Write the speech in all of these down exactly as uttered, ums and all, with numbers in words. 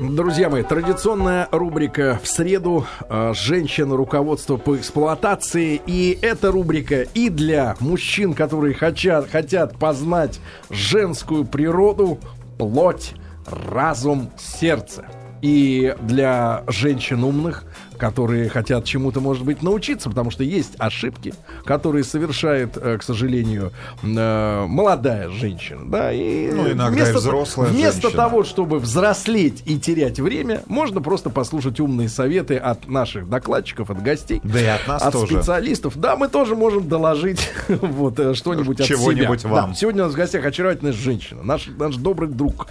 Друзья мои, традиционная рубрика в среду «Женщина. Руководство по эксплуатации». И эта рубрика и для мужчин, которые хотят, хотят познать женскую природу, плоть, разум, сердце. И для женщин умных, которые хотят чему-то, может быть, научиться, потому что есть ошибки, которые совершает, к сожалению, молодая женщина. Да, и ну, иногда вместо, и взрослая вместо женщина. того, чтобы взрослеть и терять время, можно просто послушать умные советы от наших докладчиков, от гостей, да и от нас от тоже. специалистов. Да, мы тоже можем доложить вот, что-нибудь от себя. Чего-нибудь вам. Да, сегодня у нас в гостях очаровательная женщина, наш, наш добрый друг.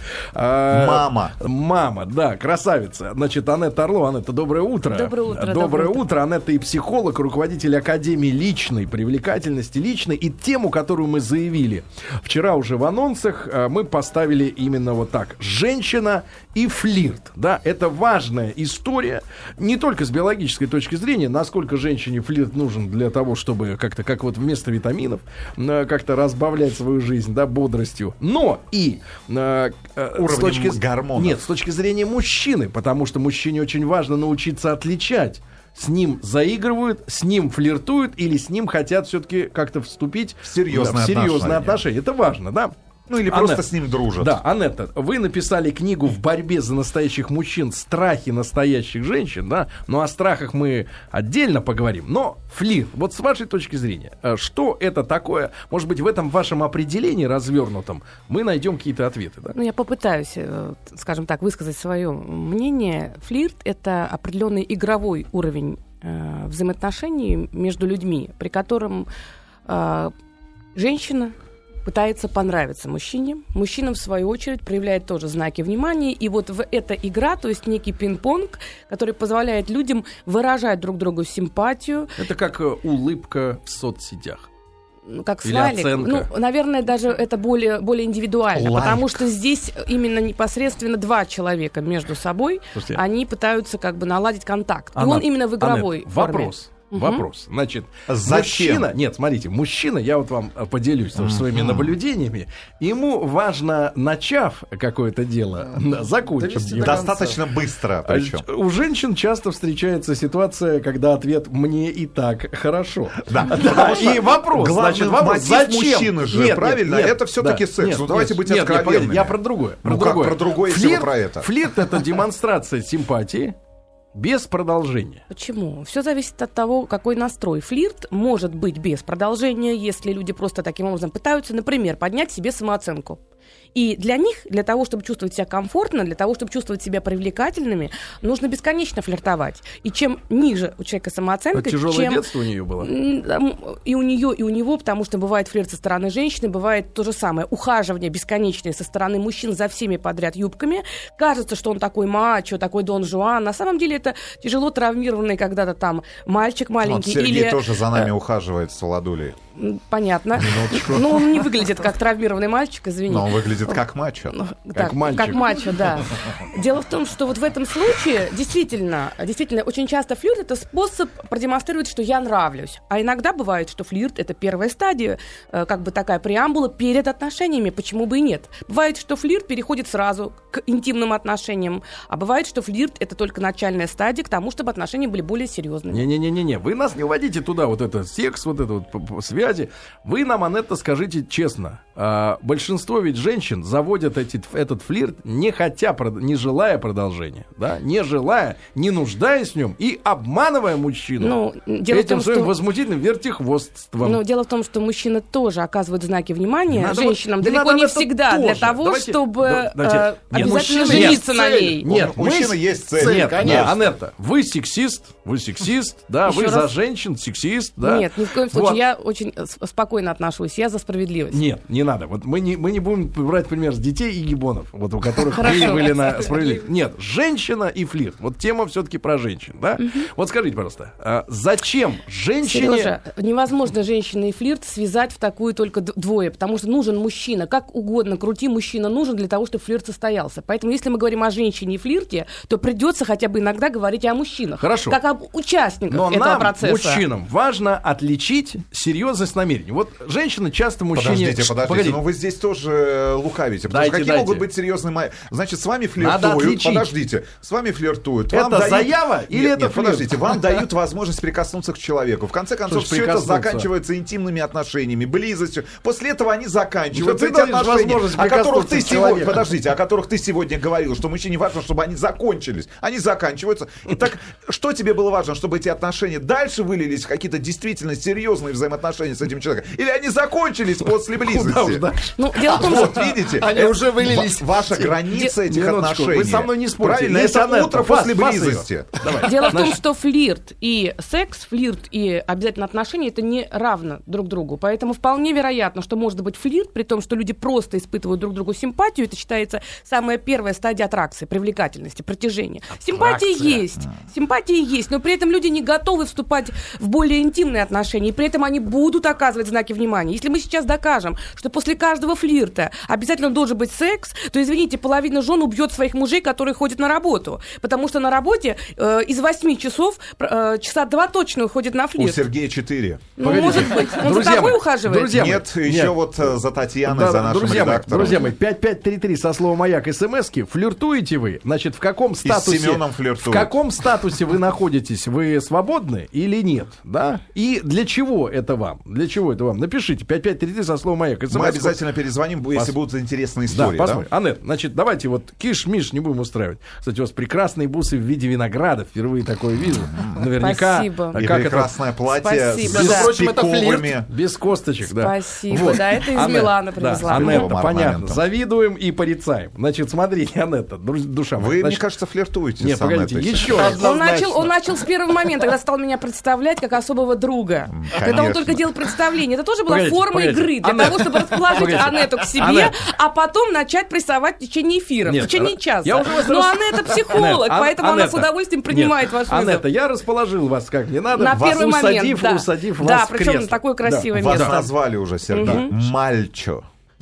Мама. Мама, да, красавица. Значит, Анетта Орлова. Анетта, доброе утро. Доброе утро. Доброе утро. Анетта и психолог, руководитель Академии личной привлекательности, личной. И тему, которую мы заявили вчера уже в анонсах, мы поставили именно вот так. Женщина и флирт. Да, это важная история. Не только с биологической точки зрения, насколько женщине флирт нужен для того, чтобы как-то, как вот вместо витаминов, как-то разбавлять свою жизнь, да, бодростью. Но и э, уровнем с точки, гормонов. Нет, с точки зрения мужчины, потому что мужчине очень важно научиться отличать. С ним заигрывают, с ним флиртуют или с ним хотят все-таки как-то вступить в серьезные, да, в серьезные отношения. отношения. Это важно, да? Ну или Анетта, просто с ним дружат. Да, Анетта, вы написали книгу «В борьбе за настоящих мужчин. Страхи настоящих женщин», да? Но о страхах мы отдельно поговорим. Но флирт, вот с вашей точки зрения, что это такое? Может быть, в этом вашем определении развернутом мы найдем какие-то ответы, да? Ну, я попытаюсь, скажем так, высказать свое мнение. Флирт — это определенный игровой уровень э, взаимоотношений между людьми, при котором э, женщина пытается понравиться мужчине. Мужчина, в свою очередь, проявляет тоже знаки внимания. И вот в эта игра, то есть некий пинг-понг, который позволяет людям выражать друг другу симпатию. Это как улыбка в соцсетях. Ну, как или смайлик. оценка. Ну, наверное, даже это более, более индивидуально, Лайк. потому что здесь именно непосредственно два человека между собой, Слушайте, они пытаются как бы наладить контакт. И Анна, он именно в игровой Анетта, форме. Вопрос. Угу. Вопрос. Значит, Зачем? мужчина, нет, смотрите, мужчина, я вот вам поделюсь тоже Mm-hmm. своими наблюдениями, ему важно, начав какое-то дело, закончить его. Достаточно быстро причем. У женщин часто встречается ситуация, когда ответ «мне и так хорошо». Да. Да, и вопрос, Главный значит, вопрос, мотив зачем? мужчины же, Нет, правильно? нет, Это все-таки да, секс. нет, Ну, давайте нет, быть нет, нет, откровенными. погоди, я про другое. Про Ну, как другое. про другое, если Флирт, вы про это? Флирт — это демонстрация симпатии без продолжения. Почему? Все зависит от того, какой настрой. Флирт может быть без продолжения, если люди просто таким образом пытаются, например, поднять себе самооценку. И для них, для того, чтобы чувствовать себя комфортно, для того, чтобы чувствовать себя привлекательными, нужно бесконечно флиртовать. И чем ниже у человека самооценка, Это тяжелое чем... детство у нее было? И у нее, и у него, потому что бывает флирт со стороны женщины, бывает то же самое. Ухаживание бесконечное со стороны мужчин за всеми подряд юбками. Кажется, что он такой мачо, такой Дон Жуан. На самом деле это тяжело травмированный когда-то там мальчик маленький. Вот Сергей или... тоже за нами ухаживает с Владулей. Понятно. Но он не выглядит как травмированный мальчик, извини. Но он выглядит как мачо. Ну, Как так, мальчик. Как мачо, да. Дело в том, что вот в этом случае действительно, действительно, очень часто флирт — это способ продемонстрировать, что я нравлюсь. А иногда бывает, что флирт — это первая стадия, э, как бы такая преамбула перед отношениями, почему бы и нет. Бывает, что флирт переходит сразу к интимным отношениям, а бывает, что флирт — это только начальная стадия к тому, чтобы отношения были более серьезными. Не-не-не-не, вы нас не уводите туда, вот это секс, вот это вот связи. Вы нам, Анетта, скажите честно, а, большинство ведь женщин заводят эти, этот флирт, не хотя, не желая продолжения, да, не желая, не нуждаясь в нем и обманывая мужчину ну, дело этим в том, своим что... возмутительным вертихвостством. Ну, дело в том, что мужчины тоже оказывают знаки внимания надо женщинам, вот, далеко надо не это всегда тоже. для того, Давайте, чтобы да, давайте, э, нет, обязательно мужчина жениться есть на цель. ней. Нет, У мужчины мы... есть цель, Нет, конечно. нет, Анетта, вы сексист, вы сексист, да, Еще вы раз. за женщин, сексист, да. Нет, ни в коем случае. Вот. Я очень с- спокойно отношусь. Я за справедливость. Нет, не надо. Вот мы не, мы не будем брать пример с детей и гибонов, вот у которых Хорошо. вы были на справедливости. Нет, женщина и флирт. Вот тема все-таки про женщин, да? Вот скажите, пожалуйста, а зачем женщине... Сережа, невозможно женщина и флирт связать в такую только д- двое, потому что нужен мужчина. Как угодно крути, мужчина нужен для того, чтобы флирт состоялся. Поэтому, если мы говорим о женщине и флирте, то придется хотя бы иногда говорить и о мужчинах. Хорошо. Как об участниках Но этого нам, процесса. мужчинам, важно отличить серьезность намерений. Вот женщина часто мужчине... Подождите, подождите, Погодите. но вы здесь тоже лукавите. Потому Дайте, что какие дайте. могут быть серьезные мои... Значит, с вами Надо флиртуют. отличить. Подождите. С вами флиртуют. Это Вам дают- заява или Нет, это нет, флирт? подождите. Вам дают возможность прикоснуться к человеку. В конце концов, ж все это прикоснуться? заканчивается интимными отношениями, близостью. После этого они заканчиваются. Ты Эти даешь отношения, возможность о которых ты прикоснуться к сегодня... человеку. Подождите, о которых ты сегодня говорил, что мужчине важно, чтобы они закончились. Они заканчиваются. Итак, что тебе было важно, чтобы эти отношения дальше вылились в какие-то действительно серьезные взаимоотношения с этим человеком? Или они закончились после близости? Куда уж дальше? Ну, дело в том, Вот, что... видите? Они это уже вылились. ва- Ваша граница этих Минуточку, отношений. вы со мной не спорьте. Правильно, Есть это Анетта. утро Фас- после фас её. близости. Давай. Дело в том, Значит, что флирт и секс, флирт и обязательно отношения — это не равно друг другу. Поэтому вполне вероятно, что может быть флирт, при том, что люди просто испытывают друг другу симпатию. Это считается самая первая стадия аттракции, привлекательности, притяжения. Симпатии есть, симпатии есть, но при этом люди не готовы вступать в более интимные отношения, и при этом они будут оказывать знаки внимания. Если мы сейчас докажем, что после каждого флирта обязательно должен быть секс, то, извините, половина жен убьет своих мужей, которые ходят на работу. Потому что на работе э, из восьми часов э, часа два точно уходит на У флирт. Сергея четыре. Ну, может быть. Он за Друзья тобой мои, ухаживает? друзья мои, Нет, еще нет. вот э, за Татьяной, Да, за нашим друзья мои, редактором. друзья мои, пять пять три три со словом «Маяк» смски. Флиртуете вы? Значит, в каком статусе... Семеном В флиртует. каком статусе вы находитесь? Вы свободны или нет? Да? И для чего это вам? Для чего это вам? Напишите пять пять три три со словом «Маяк». Мы обязательно перезвоним, если Пос- будут интересные Да, истории. Да, посмотрим. Анет, значит, давайте вот киш-миш не будем устраивать. Кстати, у вас прекрасные бусы в виде винограда. Впервые такое вижу. Наверняка. Спасибо. А И как это? прекрасное платье Спасибо, с да. Впрочем, это пиковыми. Без косточек, да. Спасибо, да, это из Милана привезла. Да, Анетта, Новым понятно. орнаментом. Завидуем и порицаем. Значит, смотрите, Анетта, дру- душа моя. Вы, Значит, мне кажется, флиртуете нет, с Анеттой. погодите, еще раз. Он начал, он начал с первого момента, когда стал меня представлять как особого друга. Когда он конечно. только делал представление. Это тоже была Погодите, форма погодите. игры для Анетта, того, чтобы расположить погодите. Анетту к себе, Анетта. а потом начать прессовать в течение эфира, Нет, в течение Ра- часа. я уже вас Но рас- Анетта психолог, Анетта, поэтому она с Анетта. удовольствием принимает Нет, ваш вызов. Анетта, я расположил вас как не надо. На вас первый усадив, момент, да. усадив Да, вас в причем кресло. такое красивое Вас место. назвали уже, Сергей. Мальчо.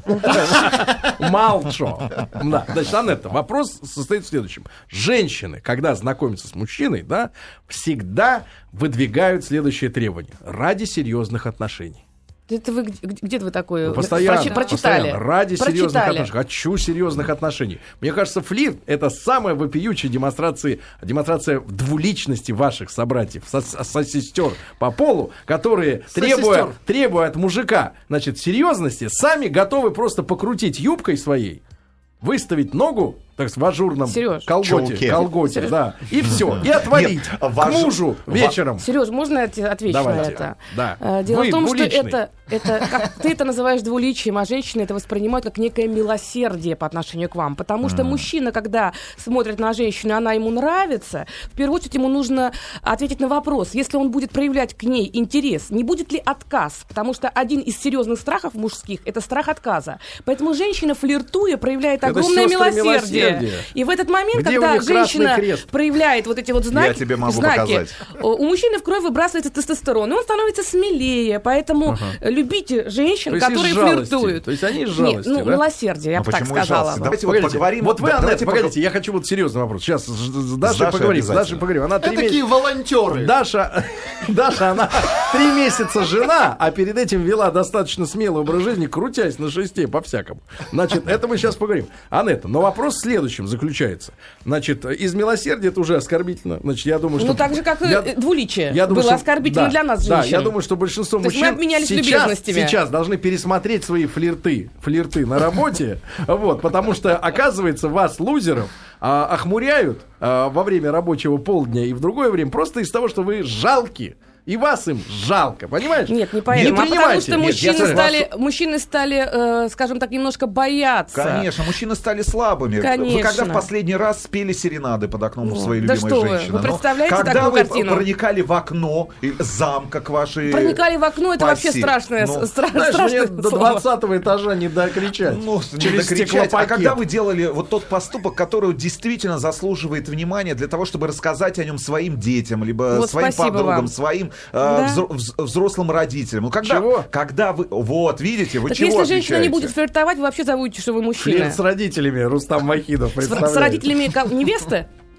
Малчо. Да. Значит, Анетта, вопрос состоит в следующем. Женщины, когда знакомятся с мужчиной, да, всегда выдвигают следующее требование. Ради серьезных отношений. Это вы, где- где-то вы такое Ну, постоянно, прочи- прочитали? постоянно. Ради серьезных Прочитали. отношений. Хочу серьезных отношений. Мне кажется, флирт — это самая вопиющая демонстрация, демонстрация двуличности ваших собратьев, со- со- сестер по полу, которые, требуя, Сосестер. требуя от мужика, значит, серьезности, сами готовы просто покрутить юбкой своей, выставить ногу, так сказать, в ажурном Серёж. колготе, Чулке. колготе, Серёж. да, и все, и отвалить Нет, к важ- мужу ва- вечером. Сереж, можно я тебе отвечу Давайте. на это? Да. Э, Дело Вы в том, что двуличный. это, это, как ты это называешь двуличием, а женщины это воспринимают как некое милосердие по отношению к вам. Потому что мужчина, когда смотрит на женщину, она ему нравится, в первую очередь ему нужно ответить на вопрос, если он будет проявлять к ней интерес, не будет ли отказ? Потому что один из серьезных страхов мужских — это страх отказа. Поэтому женщина, флиртуя, проявляет Это огромное сестры милосердие. милосердия. И в этот момент, Где у когда них красный женщина крест? проявляет вот эти вот знаки, Я тебе могу знаки, показать. у мужчины в кровь выбрасывается тестостерон, и он становится смелее. Поэтому любите женщин, То есть из которые жалости. флиртуют. То есть они из Нет, жалости, ну, да? милосердие, я Ну, бы так почему из сказала. жалости? бы. Давайте вот Погодите, поговорим. вот вы, да, Анетта, давайте погодите, я хочу вот серьезный вопрос. Сейчас с, с Дашей Дашей поговорим. С Дашей обязательно. поговорим. Она три Это такие месяца... волонтеры. Даша, Даша, она три месяца жена, а перед этим вела достаточно смелый образ жизни, крутясь на шесте по-всякому. Значит, это мы сейчас поговорим. Анетта, но вопрос в следующем заключается. Значит, из милосердия это уже оскорбительно. Значит, я думаю, что... Ну, так же, как и Я- э, двуличие я думаю, было что- оскорбительно да, для нас, Да, женщин. я думаю, что большинство То есть мужчин мы обменялись сейчас, любезностями. сейчас должны пересмотреть свои флирты, флирты на работе, вот, потому что, оказывается, вас, лузеров, а, охмуряют а, во время рабочего полдня и в другое время просто из того, что вы жалки. И вас им жалко, понимаешь? Нет, не поэтому, а потому принимайте. что Нет, мужчины, я согласен. стали, мужчины стали, э, скажем так, немножко бояться. Конечно, мужчины стали слабыми. Вы Конечно. когда в последний раз спели серенады под окном у своей Да любимой что вы, женщины? вы Ну, представляете когда такую вы картину? проникали в окно и замка к вашей... Проникали в окно, это вообще пассии? страшное, Ну, стра- Знаешь, мне страшное до слово. двадцатого этажа не докричать. Ну, не через докричать. А стеклопакет. когда вы делали вот тот поступок, который действительно заслуживает внимания для того, чтобы рассказать о нем своим детям, либо Вот своим спасибо подругам, вам. своим э, Да. взро- вз- взрослым родителям. Ну, когда, Чего? когда вы... Вот, видите, вы Так чего если женщина не отвечаете? будет флиртовать, вы вообще забудете, что вы мужчина. Флирт с родителями, Рустам Махидов, С, представляете? с родителями ко- невесты?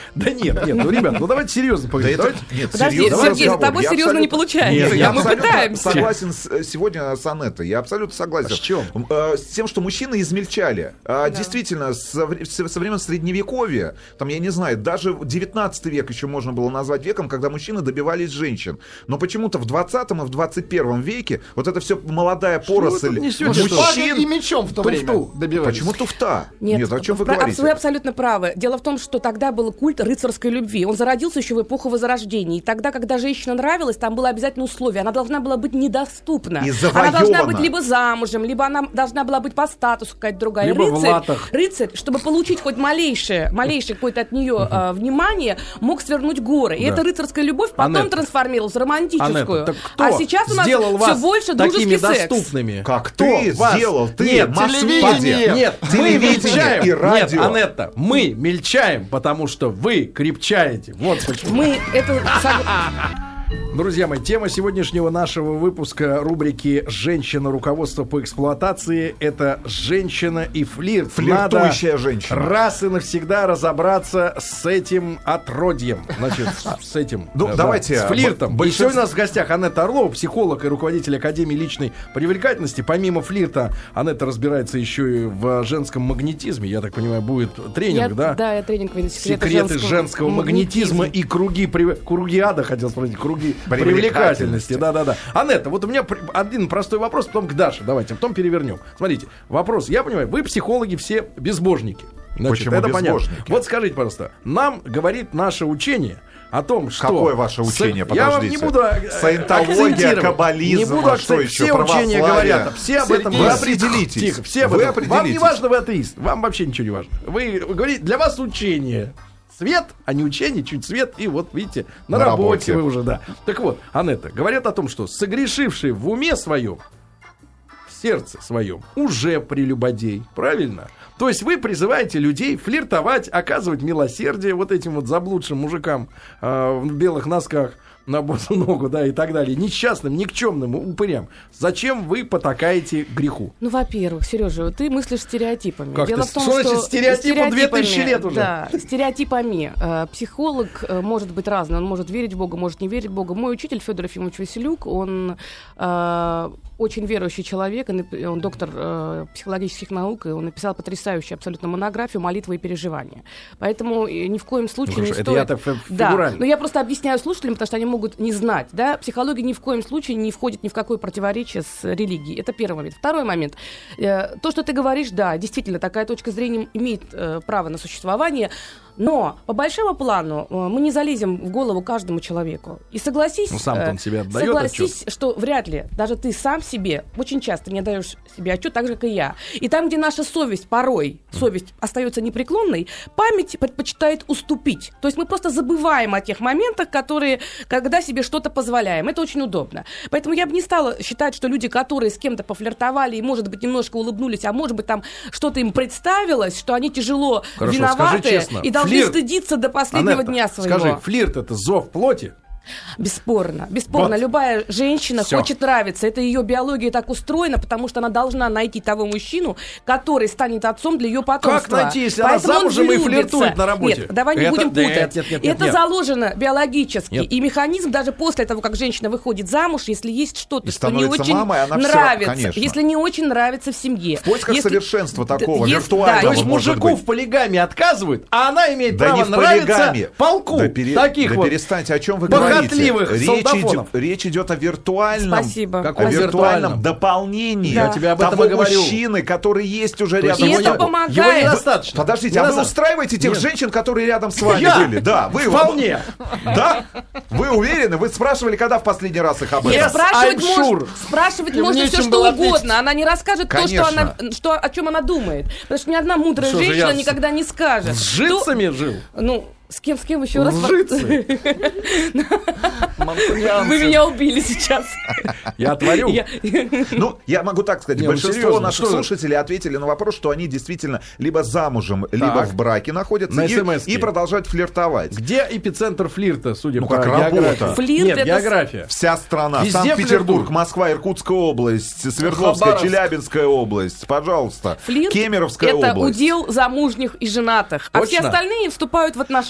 Да нет, нет, ну, ребят, ну давайте серьезно поговорим. Да это- Давайте- нет, Подожди, серьезный Сергей, с разговор. тобой Я серьезно не абсолютно- получается. Нет, а я мы абсолютно пытаемся. согласен с, э, сегодня с Анеттой. Я абсолютно согласен. А с чем? Э, С тем, что мужчины измельчали. А, Действительно, со, вре- со- со времен Средневековья, там, я не знаю, даже девятнадцатый век еще можно было назвать веком, когда мужчины добивались женщин. Но почему-то в двадцатом и в двадцать первом веке вот это все молодая вы поросль тут несете, Может, что шпагой и мужчин... мечом в то время Туфту. добивались. Почему туфта? Нет, о чем вы про- говорите? Вы абсолютно правы. Дело в том, что тогда был культ рыцарской любви. Он зародился еще в эпоху Возрождения. И тогда, когда женщина нравилась, там было обязательно условие. Она должна была быть недоступна. И Она должна завоевана. быть либо замужем, либо она должна была быть по статусу какая-то другая. Либо в рыцарь, латах. рыцарь, чтобы получить хоть малейшее, малейшее какое-то от нее э, внимание, мог свернуть горы. И Да. эта рыцарская любовь потом Анетта. трансформировалась в романтическую. Анетта, так кто А сейчас у нас сделал все вас больше такими дружеский секс. доступными? Как Кто ты вас- сделал? Ты, Нет, масс-медиа. телевидение. Нет, мы Телевидение мельчаем. и радио. Нет, Анетта, мы мельчаем, потому что вы крепчаете. Вот почему. Мы это сог- Друзья мои, тема сегодняшнего нашего выпуска рубрики «Женщина. Руководство по эксплуатации» — это женщина и флирт. Флиртующая Надо женщина. раз и навсегда разобраться с этим отродьем. Значит, с этим. Ну, э, да, давайте, с флиртом. б- И сегодня у большинство- нас в гостях Анетта Орлова, психолог и руководитель Академии личной привлекательности. Помимо флирта, Анетта разбирается еще и в женском магнетизме. Я так понимаю, будет тренинг, Я- да? Да, я тренинг «Секреты, Секреты женского, женского магнетизма и круги, прив- круги ада, хотел спросить, круги Привлекательности. привлекательности. Да-да-да. Анетта, вот у меня при- один простой вопрос, потом к Даше. Давайте, потом перевернем. Смотрите, вопрос. Я понимаю, вы психологи все безбожники. Значит, Почему это понятно. безбожники? Вот скажите, пожалуйста, нам говорит наше учение о том, что... Какое ваше учение? С- Я вам не Подождите. буду э, Саентология, акцентировать. каббализм, Не буду а что акцент- еще? Все учения Православие. говорят, все об этом. Сергей, Вы определитесь. Тихо, все об Вы этом. Вам не определитесь. важно, вы атеист. Вам вообще ничего не важно. Вы говорите, для вас учение свет, а не учение, чуть свет, и вот видите, на, На работе работе. вы уже, да. Так вот, Анетта, говорят о том, что согрешивший в уме своем, в сердце своем, уже прелюбодей, правильно? То есть вы призываете людей флиртовать, оказывать милосердие вот этим вот заблудшим мужикам э, в белых носках на босу ногу, да, и так далее, несчастным, никчемным упырям. Зачем вы потакаете греху? Ну, во-первых, Сережа, ты мыслишь стереотипами. Как Дело ты- в том, что значит что стереотипы две тысячи лет уже? Да, стереотипами. Э, Психолог э, может быть разный. Он может верить в Бога, может не верить в Бога. Мой учитель Федор Ефимович Василюк, он э, очень верующий человек, он, он доктор э, психологических наук, и он написал потрясающую абсолютно монографию «Молитва и переживания». Поэтому э, ни в коем случае Ну, не хорошо, это стоит... я так фи- Да, фигурально. но я просто объясняю слушателям, потому что они могут не знать. Да? Психология ни в коем случае не входит ни в какое противоречие с религией. Это первый момент. Второй момент. Э, то, что ты говоришь, да, действительно, такая точка зрения имеет э, право на существование, но по большому плану э, мы не залезем в голову каждому человеку. И согласись, Ну, сам-то он э, себе отдает согласись, что вряд ли даже ты сам себе очень часто не отдаешь себе отчет, так же, как и я. И там, где наша совесть порой, совесть остается непреклонной, память предпочитает уступить. То есть мы просто забываем о тех моментах, которые, когда себе что-то позволяем. Это очень удобно. Поэтому я бы не стала считать, что люди, которые с кем-то пофлиртовали и, может быть, немножко улыбнулись, а может быть, там что-то им представилось, что они тяжело Хорошо, виноваты скажи честно, и должны флирт- стыдиться до последнего Анетта, дня своего. скажи, флирт — это зов плоти? Бесспорно. Бесспорно. Вот. Любая женщина Всё. хочет нравиться. Это ее биология так устроена, потому что она должна найти того мужчину, который станет отцом для ее потомства. Как найти, если она Поэтому он замужем и влюбится. флиртует на работе? Нет, давай не Это- будем нет, путать. нет, нет, нет, это нет. заложено биологически. Нет. И механизм даже после того, как женщина выходит замуж, если есть что-то, И что не становится очень мамой, она всё- нравится, конечно. если не очень нравится в семье. В поисках если- совершенства такого, Если- виртуального, да, То есть может мужику быть. в полигамии отказывают, а она имеет Да право не в нравиться полигамии. полку Да, пере- таких да вот перестаньте, о чем вы похотливых говорите? Речь солдафонов. идет, речь идет о виртуальном, Спасибо. о Каком виртуальном виртуальном? дополнении Да. Я тебе об этом того и говорю. мужчины, который есть уже То есть рядом И с это тобой. помогает. Его недостаточно. Подождите, Не а вы назад. устраиваете тех Нет. женщин, которые рядом с вами Я? были? Да, вы Вполне. Да? Вы уверены? Вы спрашивали, когда в последний раз их об Yes, этом? Спрашивать, I'm мож- sure. спрашивать Им можно все, нечем что было угодно. ответить. Она не расскажет то, что Конечно. она, что, о чем она думает. Потому что ни одна мудрая Что же, женщина я никогда не скажет. с Что- джинсами жил? Ну, с кем, с кем еще раз? Лжицы. Вы меня убили сейчас. Я отворю. Я- Ну, я могу так сказать, Не, ну большинство серьезно, наших что- слушателей ответили на вопрос, что они действительно либо замужем, либо в браке находятся На и, смс-ке. и продолжают флиртовать. Где эпицентр флирта, судя Ну, по как работа. географии? Флирт Нет, это- география. Вся страна. Везде Санкт-Петербург, флиртуют. Москва, Иркутская область, Свердловская, Хабаровск. Челябинская область. Пожалуйста. Флирт Кемеровская это область. удел замужних и женатых, а все Точно? остальные вступают в отношения.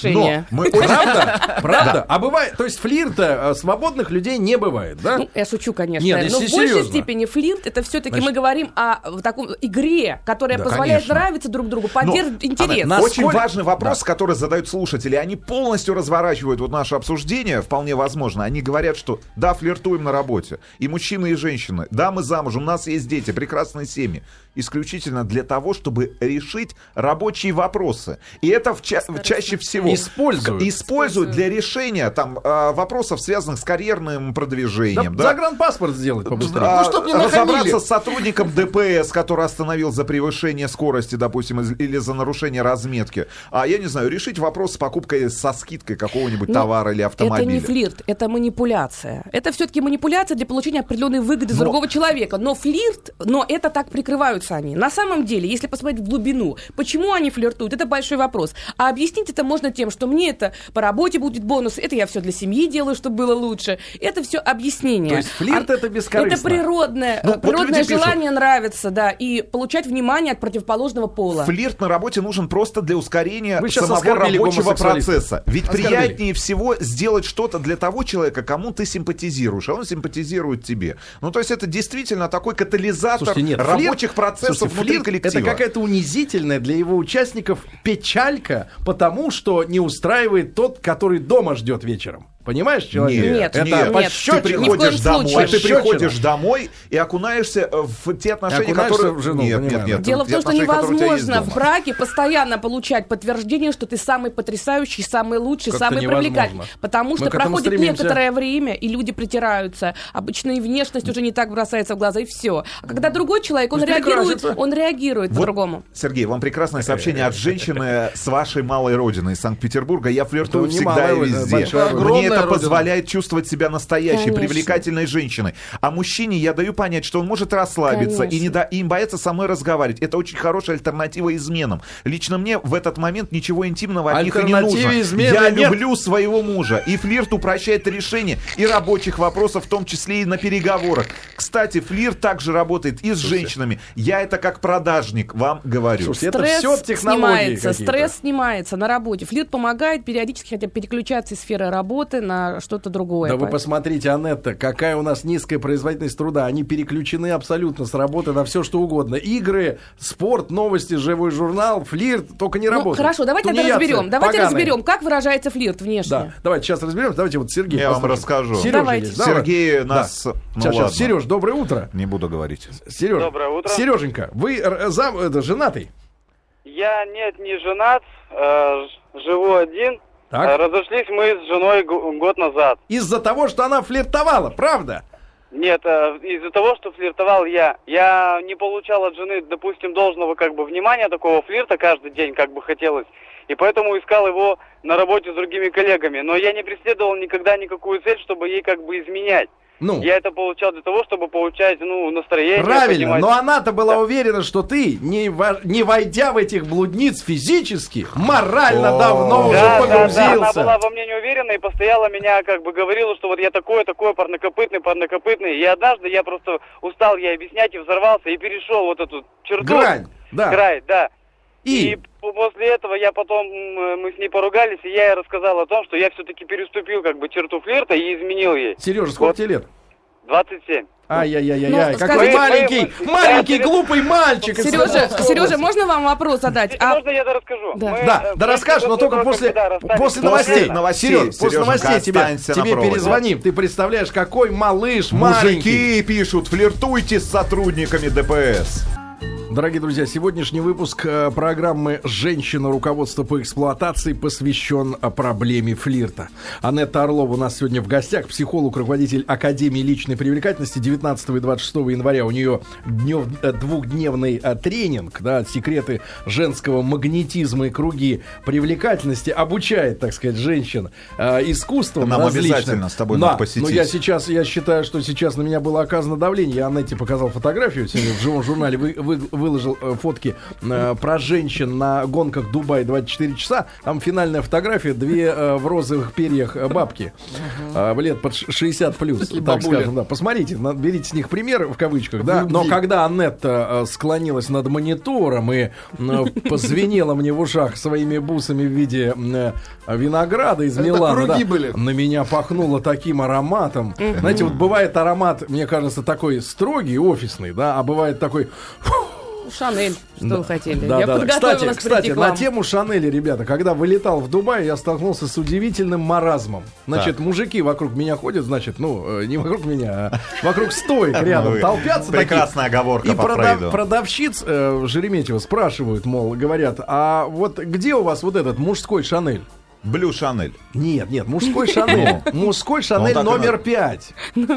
отношения. Но мы... Правда? Правда? А бывает, то есть флирта свободных людей не бывает, да? Ну, я шучу, конечно. Нет, но в если большей серьезно. степени флирт, это все-таки Значит, мы говорим о в таком игре, которая Да, позволяет конечно. нравиться друг другу, поддерживать интерес. Анна, Очень Насколько- важный вопрос, Да. который задают слушатели. Они полностью разворачивают вот наше обсуждение, вполне возможно. Они говорят, что да, флиртуем на работе. И мужчины, и женщины. Да, мы замужем, у нас есть дети, прекрасные семьи. Исключительно для того, чтобы решить рабочие вопросы. И это в ча- чаще всего Используют. используют для решения там, а, вопросов, связанных с карьерным Да, продвижением. да. загранпаспорт сделать побыстрее. А, Ну, чтоб не разобраться находили. с сотрудником ДПС, который остановил за превышение скорости, допустим, из- или за нарушение разметки. А я не знаю, решить вопрос с покупкой со скидкой какого-нибудь Ну, товара или автомобиля. Это не флирт, это манипуляция. Это все-таки манипуляция для получения определенной выгоды Но- с другого человека. Но флирт, но это так прикрываются они. На самом деле, если посмотреть в глубину, почему они флиртуют, это большой вопрос. А объяснить это можно тем, что мне это по работе будет бонус, это я все для семьи делаю, чтобы было лучше. Это все объяснение. То есть флирт это бескорыстно. Это природное, Ну, э, вот природное люди пишут. желание нравиться, да, и получать внимание от противоположного пола. Флирт на работе нужен просто для ускорения Вы сейчас самого оскорбили рабочего гомосексуалистов. процесса. Ведь Оскорбили. приятнее всего сделать что-то для того человека, кому ты симпатизируешь, а он симпатизирует тебе. Ну, то есть это действительно такой катализатор Слушайте, нет, рабочих флирт- процессов слушайте, внутри флирт коллектива. это какая-то унизительная для его участников печалька, потому что не устраивает тот, который дома ждет вечером. Понимаешь, человек? Нет, это нет. пощечина. Ты Ни в коем приходишь домой, случае. ты Пощечина. приходишь домой и окунаешься в те отношения, Окунаешься которые... в жену, нет, понимаю. нет, нет. Дело в те том, что отношения, которые у тебя есть невозможно в дома. браке постоянно получать подтверждение, что ты самый потрясающий, самый лучший, Как-то самый невозможно. привлекательный. Потому Мы что к этому проходит стремимся. некоторое время, и люди притираются. Обычно и внешность уже не так бросается в глаза, и все. А когда другой человек, он Пусть реагирует, перекрасится. он реагирует Вот, по-другому. Сергей, вам прекрасное сообщение от женщины с вашей малой родины из Санкт-Петербурга. Я флиртую Это не всегда малая и родина, везде. большая родина. Мне это Огромная родина. позволяет чувствовать себя настоящей, Конечно. привлекательной женщиной. А мужчине я даю понять, что он может расслабиться и Конечно. не да, и не бояться со мной разговаривать. Это очень хорошая альтернатива изменам. Лично мне в этот момент ничего интимного от них и не Альтернативы нужно. измены Я нет. люблю своего мужа. И флирт упрощает решение и рабочих вопросов, в том числе и на переговорах. Кстати, флирт также работает и с женщинами. Я это как продажник вам говорю. Слушайте, это Стресс все технологии снимается, какие-то. стресс снимается на работе. Флирт помогает периодически хотя бы переключаться из сферы работы на что-то другое. Да вы Поэтому- посмотрите, Анетта, какая у нас низкая производительность труда. Они переключены абсолютно с работы на все, что угодно. Игры, спорт, новости, живой журнал, флирт, только не Ну, работает. хорошо, давайте тогда Тунеядцы разберем. Давайте поганые. разберем, как выражается флирт внешне. Да, давайте сейчас разберем. Давайте вот Сергей. Я вам послушаем. расскажу. Сережа Давайте. есть. Давай. Сергей Да. нас... Ну, сейчас, ладно. сейчас. Сереж, доброе утро. Не буду говорить. Сереж, Доброе утро. Сереженька, вы э, зам, это, женатый? Я, нет, не женат, э, ж- живу один. Так. Э, Разошлись мы с женой го- год назад. Из-за того, что она флиртовала, правда? Нет, э, из-за того, что флиртовал я, я не получал от жены, допустим, должного как бы внимания, такого флирта каждый день, как бы хотелось. И поэтому искал его на работе с другими коллегами. Но я не преследовал никогда никакую цель, чтобы ей как бы изменять. Ну, Я это получал для того, чтобы получать, ну, настроение. правильно, поднимать. но она-то была уверена, что ты, не, во- не войдя в этих блудниц физически, морально О. давно уже Да, да, да, она погрузился. была во мне не уверена и постоянно меня как бы говорила, что вот я такой, такой, парнокопытный, парнокопытный. И однажды я просто устал ей объяснять и взорвался, и перешел вот эту черту. Грань, да. Край, да. И? И п- после этого я потом, м, мы с ней поругались, и я ей рассказал о том, что я все-таки переступил как бы черту флирта и изменил ей. Сережа, сколько Вот. тебе лет? двадцать семь. Ай-яй-яй-яй, Ну, какой скажи- маленький, Мы- мы- маленький, я- глупый мальчик. из Сережа, Свердловской Сережа, области. можно вам вопрос задать? Если А- можно, я это расскажу. Да. Мы, Да, э, да мы расскажешь, но после только того, после, как, да, расстались после с новостей. друзьями, Новостей, Сереж, после Сереженька, новостей тебе, останься на тебе проводе. перезвоним. Ты представляешь, какой малыш маленький. Мужики пишут, флиртуйте с сотрудниками ДПС. Дорогие друзья, сегодняшний выпуск э, программы «Женщина. Руководство по эксплуатации» посвящен э, проблеме флирта. Анетта Орлова у нас сегодня в гостях, психолог, руководитель Академии личной привлекательности. девятнадцатого и двадцать шестого января у нее днев, э, двухдневный э, тренинг, да, секреты женского магнетизма и круги привлекательности. Обучает, так сказать, женщин э, искусствам Нам различным. обязательно с тобой Да, надо посетить. но я сейчас, я считаю, что сейчас на меня было оказано давление. Я Анетте показал фотографию сегодня в живом журнале. Вы, вы, выложил э, фотки э, про женщин на гонках Дубай двадцать четыре часа. Там финальная фотография, две э, в розовых перьях э, бабки, э, в лет под шестьдесят плюс, так бабули. скажем. Да. Посмотрите, на, берите с них примеры в кавычках, да. Но когда Анетта э, склонилась над монитором и э, позвенела мне в ушах своими бусами в виде э, винограда из Это Милана, круги да, были. на меня пахнуло таким ароматом. Знаете, вот бывает аромат, мне кажется, такой строгий, офисный, да, а бывает такой... Шанель, что Да. вы хотели? Да, Я да, да. подготовилась Кстати, кстати, прийти к на вам. тему Шанели, ребята, когда вылетал в Дубай, я столкнулся с удивительным маразмом. Значит, Так. мужики вокруг меня ходят, значит, ну, э, не вокруг меня, а вокруг стоек рядом, Ну, толпятся прекрасная такие. оговорка И по продав- Фрейду. продавщиц э, Шереметьево спрашивают, мол, говорят, а вот где у вас вот этот мужской Шанель? Блю Шанель. Нет, нет, мужской Шанель. Мужской Шанель так и номер надо. пять.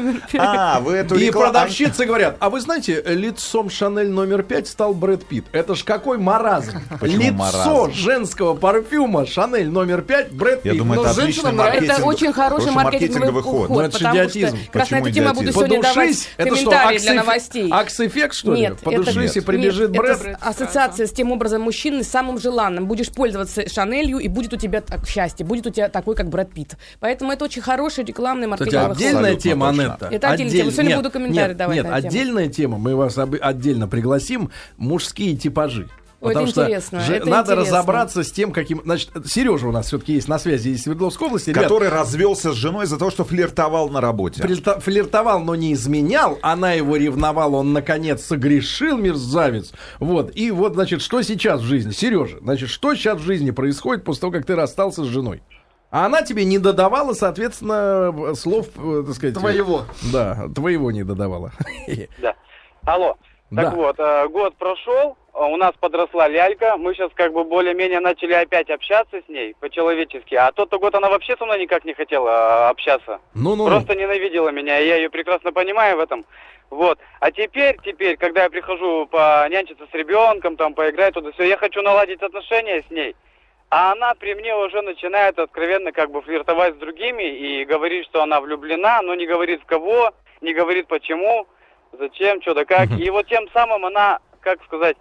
А, вы эту И рекламу... продавщицы говорят, а вы знаете, лицом Шанель номер пять стал Брэд Питт. Это ж какой маразм. Почему Лицо маразм? женского парфюма Шанель номер пять Брэд Я Питт. думаю, Но это женщинам отличный нравится. маркетинг. Это очень хороший маркетинговый ход, Ну, это же потому идиотизм. что как раз на эту Почему тему я буду идиотизм? сегодня давать Подушись, это что, комментарии для акс-эф- новостей. акс-эффект, что ли? Нет, Подушись это- и прибежит нет, Брэд. это ассоциация с тем образом мужчины самым желанным. Будешь пользоваться Шанелью, и будет у тебя так, счастье, будет у тебя такой, как Брэд Питт. Поэтому это очень хороший рекламный Кстати, маркетинговый ход. отдельная Абсолютно тема, точно. Анетта. Это отдельная тема. Сегодня Нет, буду комментарий нет, давать Нет, на эту тему. отдельная тема. Мы вас об- отдельно пригласим. Мужские типажи. Ой, Потому это что интересно, же- это надо интересно. разобраться с тем, каким... Значит, Сережа у нас все-таки есть на связи из Свердловской области. Ребят, Который развелся с женой из-за того, что флиртовал на работе. флирта- флиртовал, но не изменял. Она его ревновала, он, наконец, согрешил, мерзавец. Вот. И вот, значит, что сейчас в жизни? Сережа, значит, что сейчас в жизни происходит после того, как ты расстался с женой? А она тебе не додавала, соответственно, слов, э, так сказать... Твоего. Да, твоего не додавала. Да. Алло. Да. Так вот, э, год прошел, э, у нас подросла лялька, мы сейчас как бы более-менее начали опять общаться с ней по-человечески, а тот-то год она вообще со мной никак не хотела э, общаться. Ну-ну-ну. Просто ненавидела меня, и я ее прекрасно понимаю в этом. Вот. А теперь, теперь, когда я прихожу понянчиться с ребенком, там, поиграть туда, все, я хочу наладить отношения с ней. А она при мне уже начинает откровенно как бы флиртовать с другими и говорит, что она влюблена, но не говорит в кого, не говорит почему, зачем, что да как. И вот тем самым она, как сказать,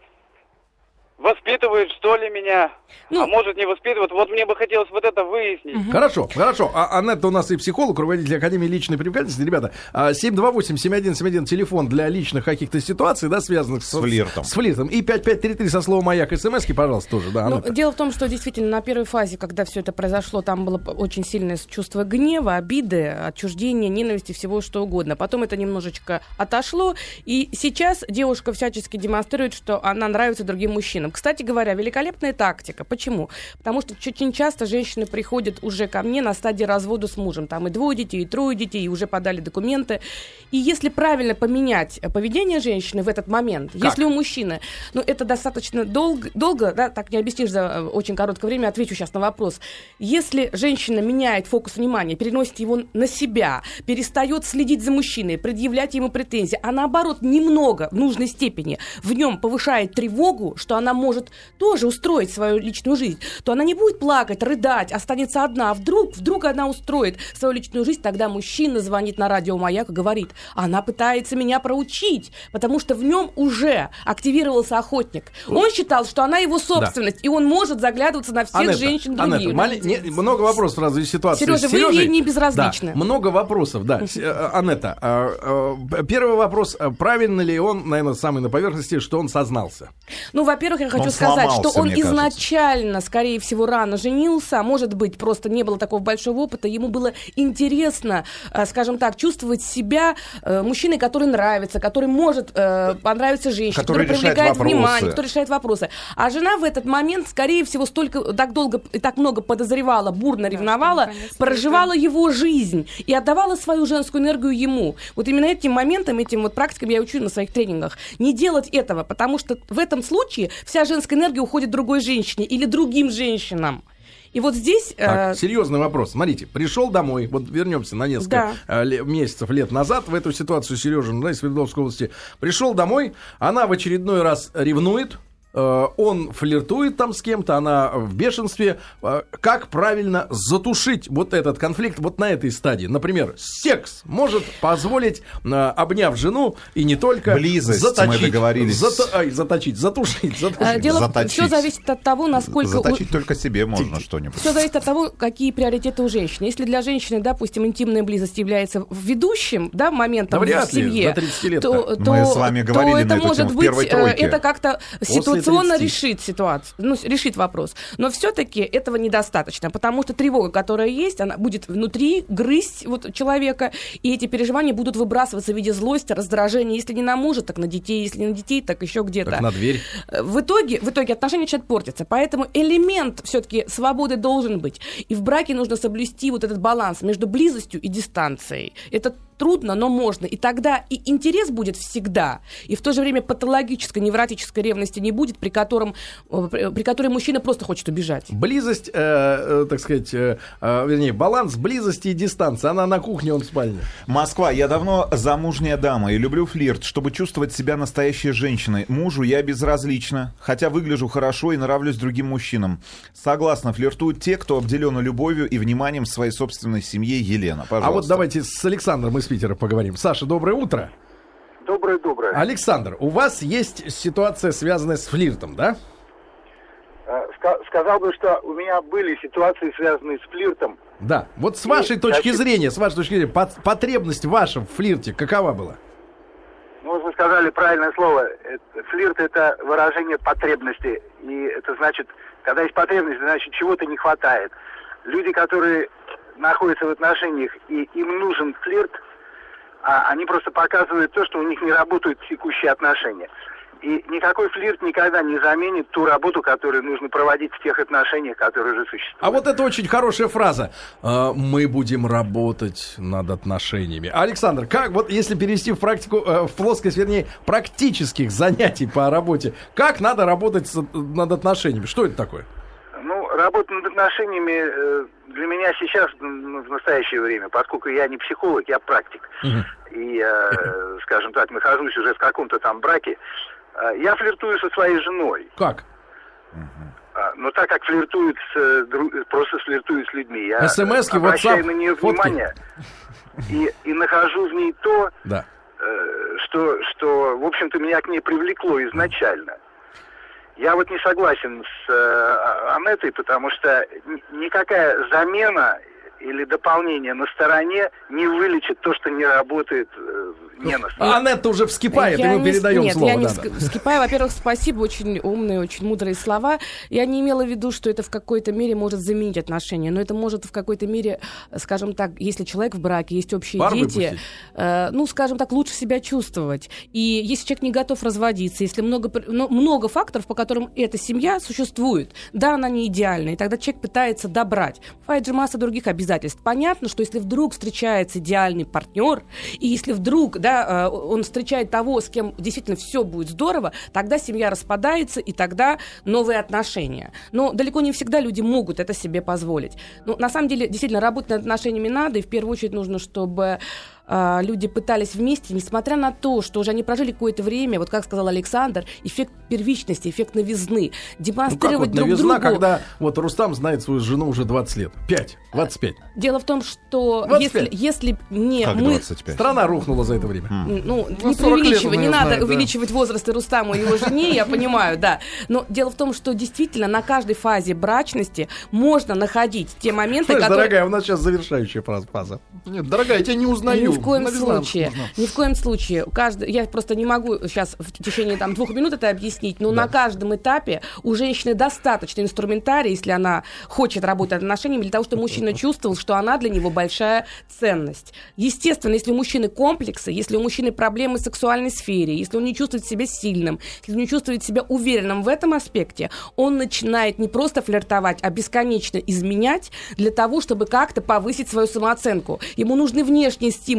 воспитывает, что ли, меня, Ну. а может не воспитывает. Вот мне бы хотелось вот это выяснить. Хорошо, хорошо. А Анетта у нас и психолог, руководитель Академии личной привлекательности. Ребята, а, семь два восемь семь один семь один телефон для личных каких-то ситуаций, да, связанных с, С флиртом. С флиртом. И пять пять три три со словом «Маяк» смски, пожалуйста, тоже, да, Ну, Анетта. дело в том, что действительно на первой фазе, когда все это произошло, там было п- очень сильное чувство гнева, обиды, отчуждения, ненависти, всего что угодно. Потом это немножечко отошло, и сейчас девушка всячески демонстрирует, что она нравится другим мужчинам. Кстати говоря, великолепная тактика. Почему? Потому что очень часто женщины приходят уже ко мне на стадии развода с мужем. Там и двое детей, и трое детей, и уже подали документы. И если правильно поменять поведение женщины в этот момент, Как? если у мужчины, ну, это достаточно долго, долго, да, так не объяснишь за э, очень короткое время, отвечу сейчас на вопрос. Если женщина меняет фокус внимания, переносит его на себя, перестает следить за мужчиной, предъявлять ему претензии, а наоборот, немного, в нужной степени, в нем повышает тревогу, что она может тоже устроить свою личную жизнь, то она не будет плакать, рыдать, останется одна. А вдруг, вдруг она устроит свою личную жизнь, тогда мужчина звонит на радио «Маяк» и говорит: она пытается меня проучить, потому что в нем уже активировался охотник. Он считал, что она его собственность, и он может заглядываться на всех Анетта, женщин Анетта, других. мали- не- много вопросов сразу из ситуации. Сережа, с вы Сережей. ей не безразличны. Да, много вопросов, да. С- э, Анетта, а, а, первый вопрос. а, Правильно ли он, наверное, самый на поверхности, что он сознался? Ну, во-первых, я хочу Он сказать, сломался, что он мне кажется. изначально, скорее всего, рано женился, а может быть, просто не было такого большого опыта. Ему было интересно, э, скажем так, чувствовать себя э, мужчиной, который нравится, который может э, понравиться женщине, Который который, решает привлекает вопросы. внимание, который решает вопросы. А жена в этот момент, скорее всего, столько, так долго и так много подозревала, бурно ревновала, наконец-то проживала его жизнь и отдавала свою женскую энергию ему. Вот именно этим моментом, этим вот практикам я учу на своих тренингах. Не делать этого, потому что в этом случае вся женская энергия уходит другой женщине или другим женщинам. И вот здесь... Так, э, серьезный вопрос. Смотрите, пришел домой, вот вернемся на несколько э, ле- месяцев, лет назад в эту ситуацию Сережа, да, из Свердловской области. Пришел домой, она в очередной раз ревнует, э, он флиртует там с кем-то, она в бешенстве. Э, как правильно затушить вот этот конфликт вот на этой стадии? Например, секс может позволить, э, обняв жену, и не только... Близость, заточить, мы договорились. Зато, ай, заточить, затушить, затушить. Дело, заточить. все зависит от того, насколько... Заточить у... только себе можно что-нибудь. Все зависит от того, какие приоритеты у женщины. Если для женщины, допустим, интимная близость является ведущим, да, моментом да, вряд в семье, ли, до тридцати лет, то, то, мы с вами говорили то это на эту может тему в быть, первой тройке. это как-то ситуационно тридцати. решит ситуацию, ну, решит вопрос. Но все-таки этого недостаточно, потому что тревога, которая есть, она будет внутри грызть вот человека, и эти переживания будут выбрасываться в виде злости, раздражения, если не на мужа, так на детей, если не на детей, так еще где-то. Так на дверь. В итоге, в итоге отношения начинают портиться. Поэтому элемент все-таки свободы должен быть. И в браке нужно соблюсти вот этот баланс между близостью и дистанцией. Это трудно, но можно. И тогда и интерес будет всегда, и в то же время патологической, невротической ревности не будет, при, котором, при которой мужчина просто хочет убежать. Близость, э, э, так сказать, э, э, вернее, баланс близости и дистанции. Она на кухне, он в спальне. Москва. Я давно замужняя дама и люблю флирт, чтобы чувствовать себя настоящей женщиной. Мужу я безразлична, хотя выгляжу хорошо и нравлюсь другим мужчинам. Согласна, флиртуют те, кто обделен любовью и вниманием в своей собственной семье. Елена, пожалуйста. А вот давайте с Александром из Питера поговорим. Саша, доброе утро. Доброе-доброе. Александр, у вас есть ситуация, связанная с флиртом, да? Ска- сказал бы, что у меня были ситуации, связанные с флиртом. Да. Вот с вашей и, точки значит, зрения, с вашей точки зрения, под, потребность ваша в флирте какова была? Ну, вот вы сказали правильное слово. Это, флирт — это выражение потребности. И это значит, когда есть потребность, значит, чего-то не хватает. Люди, которые находятся в отношениях, и им нужен флирт, а они просто показывают то, что у них не работают текущие отношения. И никакой флирт никогда не заменит ту работу, которую нужно проводить в тех отношениях, которые уже существуют. А вот это очень хорошая фраза. Мы будем работать над отношениями. Александр, как вот если перевести в практику, в плоскость, вернее, практических занятий по работе, как надо работать над отношениями? Что это такое? Ну, работа над отношениями для меня сейчас, в настоящее время, поскольку я не психолог, я практик. Uh-huh. И, скажем так, нахожусь уже в каком-то там браке. Я флиртую со своей женой. Как? Uh-huh. Но так как флиртуют с, просто флиртуют с людьми. Я СМСки, обращаю WhatsApp, на нее фотки. внимание и, и нахожу в ней то, да. что, что, в общем-то, меня к ней привлекло изначально. Я вот не согласен с э, Анеттой, потому что никакая замена или дополнение на стороне не вылечит то, что не работает э, не на стороне. Анетта уже вскипает, я и мы не, передаем нет, слово. я не да, да. вскипаю. Во-первых, спасибо, очень умные, очень мудрые слова. Я не имела в виду, что это в какой-то мере может заменить отношения, но это может в какой-то мере, скажем так, если человек в браке, есть общие Пар дети, э, ну, скажем так, лучше себя чувствовать. И если человек не готов разводиться, если много, ну, много факторов, по которым эта семья существует, да, она не идеальна, и тогда человек пытается добрать. Бывает же масса других обязательств. Понятно, что если вдруг встречается идеальный партнер, и если вдруг, да, он встречает того, с кем действительно все будет здорово, тогда семья распадается, и тогда новые отношения. Но далеко не всегда люди могут это себе позволить. Но на самом деле, действительно, работать над отношениями надо, и в первую очередь нужно, чтобы э, люди пытались вместе, несмотря на то, что уже они прожили какое-то время, вот как сказал Александр, эффект первичности, эффект новизны, демонстрировать ну, как вот друг новизна, другу. когда вот Рустам знает свою жену уже двадцать лет. пять, двадцать пять. Дело в том, что двадцать если, пять. если не Как мы... двадцать пять? Страна рухнула за это время. Ну, Ну, не сорок лет преувеличивай, он не её надо знает, да. увеличивать возраст и Рустаму, и его жене, я понимаю, да. Но дело в том, что действительно на каждой фазе брачности можно находить те моменты, Знаешь, которые... дорогая, у нас сейчас завершающая фраза. фаза. Нет, дорогая, я тебя не узнаю. Ни в коем Новизна случае, нужна. ни в коем случае. Каждый, я просто не могу сейчас в течение там, двух минут это объяснить, но Да. на каждом этапе у женщины достаточно инструментария, если она хочет работать над отношениями, для того, чтобы мужчина чувствовал, что она для него большая ценность. Естественно, если у мужчины комплексы, если у мужчины проблемы в сексуальной сфере, если он не чувствует себя сильным, если он не чувствует себя уверенным в этом аспекте, он начинает не просто флиртовать, а бесконечно изменять для того, чтобы как-то повысить свою самооценку. Ему нужны внешние стимулы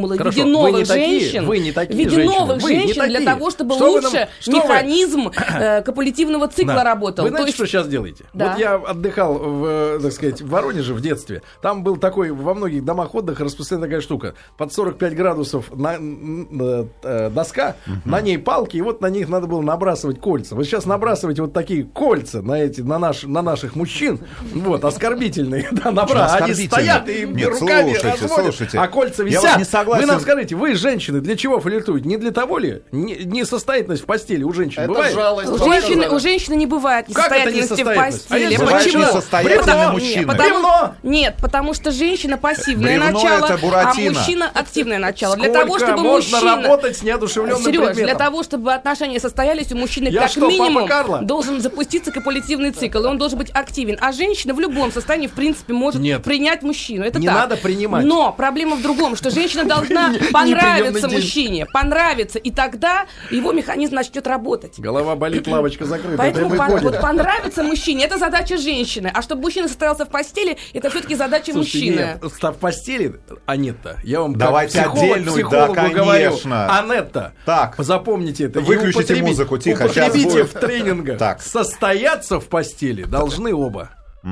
придумала Хорошо, в виде вы новых не такие, женщин, вы не такие в виде женщины, новых вы не женщин для такие. того, чтобы Что вы нам- лучше что вы- механизм э, копулятивного цикла Да. работал. Вы То знаете, есть- что сейчас делаете? Да. Вот я отдыхал в, так сказать, в Воронеже в детстве. Там был такой, во многих домах отдыха распространена такая штука. Под сорок пять градусов на, на- э, доска, на ней палки, и вот на них надо было набрасывать кольца. Вы сейчас набрасываете вот такие кольца на, эти, на, наш, на наших мужчин, вот, оскорбительные, да, набра- Они Оскорбительные. стоят и Нет, руками слушайте, разводят, слушайте. а кольца Я висят. вот не согласен. Вы нам скажите, вы, женщины, для чего флиртуете? Не для того ли? Не- Несостоятельность в постели у женщин Это бывает? жалость. У Бывает, женщины, да. у женщины не бывает Как это несостоятельности в несостоятельность? А постели. это бывает Почему? несостоятельные Потому- мужчины. Нет, потому- Бревно. Нет, потому что женщина пассивное Бревно начало, это а Буратино. мужчина активное начало. Для Сколько того, чтобы можно мужчина... работать с неодушевленным Сереж, предметом? для того, чтобы отношения состоялись, у мужчины Я как что, папа минимум Карло? должен запуститься копулятивный цикл, и он должен быть активен. А женщина в любом состоянии, в принципе, может Нет. принять мужчину. Это Не так. надо принимать. Но проблема в другом, что женщина должна Не- понравиться неприемный день. мужчине, понравиться, и тогда его механизм начнет работать. Голова болит, лавочка закрыта. Поэтому Это мы пон- поняли. вот понравится мужчине, это задача женщины. А чтобы мужчина состоялся в постели, это все-таки задача Слушайте, мужчины. нет, в постели, Анетта, я вам Давайте как психолог, отдельную, психологу да, говорю. конечно. Анетта, Так. запомните это. и Выключите употреби- музыку, тихо, щас Употребите будет. в тренингах. Так. Состояться в постели должны оба.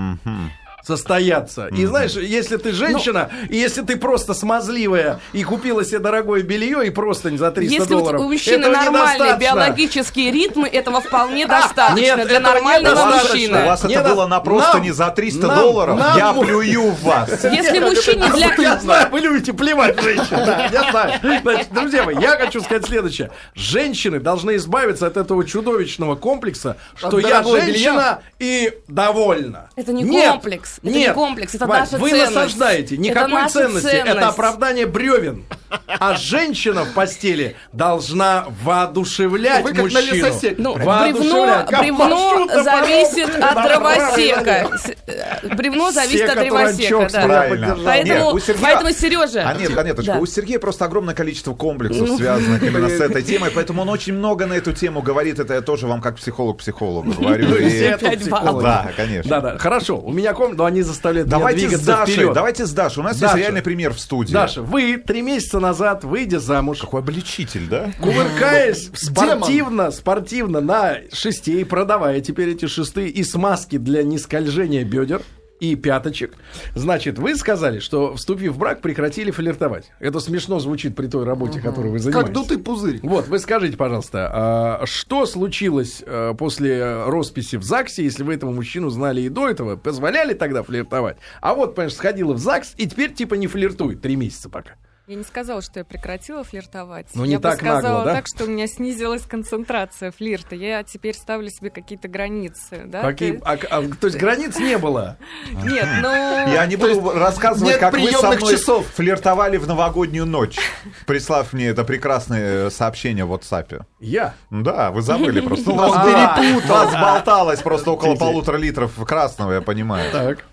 Состояться. И знаешь, если ты женщина, и если ты просто смазливая и купила себе дорогое белье и просто за триста Если у, долларов, у мужчины этого нормальные недостаточно. биологические ритмы, этого вполне достаточно нет, для этого нормального недостаточно. мужчины. У вас Не это на- было на просто нам- не за триста нам- долларов. нам- Я плюю в вас. Если мужчине для... Я знаю, вы любите плевать в женщин. Да, я знаю. Значит, друзья мои, я хочу сказать следующее. Женщины должны избавиться от этого чудовищного комплекса, что От я дорогого женщина и довольна. Это не Нет, комплекс, это нет. не комплекс, это Вась, наша вы ценность. насаждаете. Это Никакой наша ценности. ценность. Это оправдание бревен. А женщина в постели должна воодушевлять Вы как на мужчину. лесосеке. Ну, Воодушевлять. бревно, Как бревно маршрутно зависит порог. от Да, дровосека. правильно. С- э, Бревно зависит от Сека, дровосека. Туранчок, Да. Правильно. поддержал. Поэтому, Нет, у Сергея- поэтому, Сережа... А нет, Анеточка, Да. у Сергея просто огромное количество комплексов, Ну. связанных именно с этой темой, поэтому он очень много на эту тему говорит. Это я тоже вам как психолог психологу говорю. Ну, И- все тут Пять психологи. баллов. Да, конечно. Да, да, хорошо. У меня комната, но они заставляют меня Давайте с двигаться Дашей, вперед. давайте с Дашей. У нас Даша. есть реальный пример в студии. Даша, вы три месяца назад, выйдя замуж, Какой обличитель, да? кувыркаясь спортивно, спортивно на шесте и продавая теперь эти шесты и смазки для нескольжения бедер и пяточек. Значит, вы сказали, что, вступив в брак, прекратили флиртовать. Это смешно звучит при той работе, которой вы занимаетесь. Как дутый пузырь. Вот, вы скажите, пожалуйста, а что случилось а, после росписи в ЗАГСе, если вы этого мужчину знали и до этого? Позволяли тогда флиртовать? А вот, понимаешь, сходила в ЗАГС и теперь типа не флиртует три месяца пока. Я не сказала, что я прекратила флиртовать. Ну, не я так бы сказала нагло, да? так, что у меня снизилась концентрация флирта. Я теперь ставлю себе какие-то границы. Да? Какие- Ты- а- а, то есть границ не было? Нет, ну... Я не буду рассказывать, нет как вы со приемных мной часов. флиртовали в новогоднюю ночь, прислав мне это прекрасное сообщение в WhatsApp. Я? Да, вы забыли просто. Ну, у вас А. перепутал. У вас болталось просто около Простите. полутора литров красного, я понимаю. Так.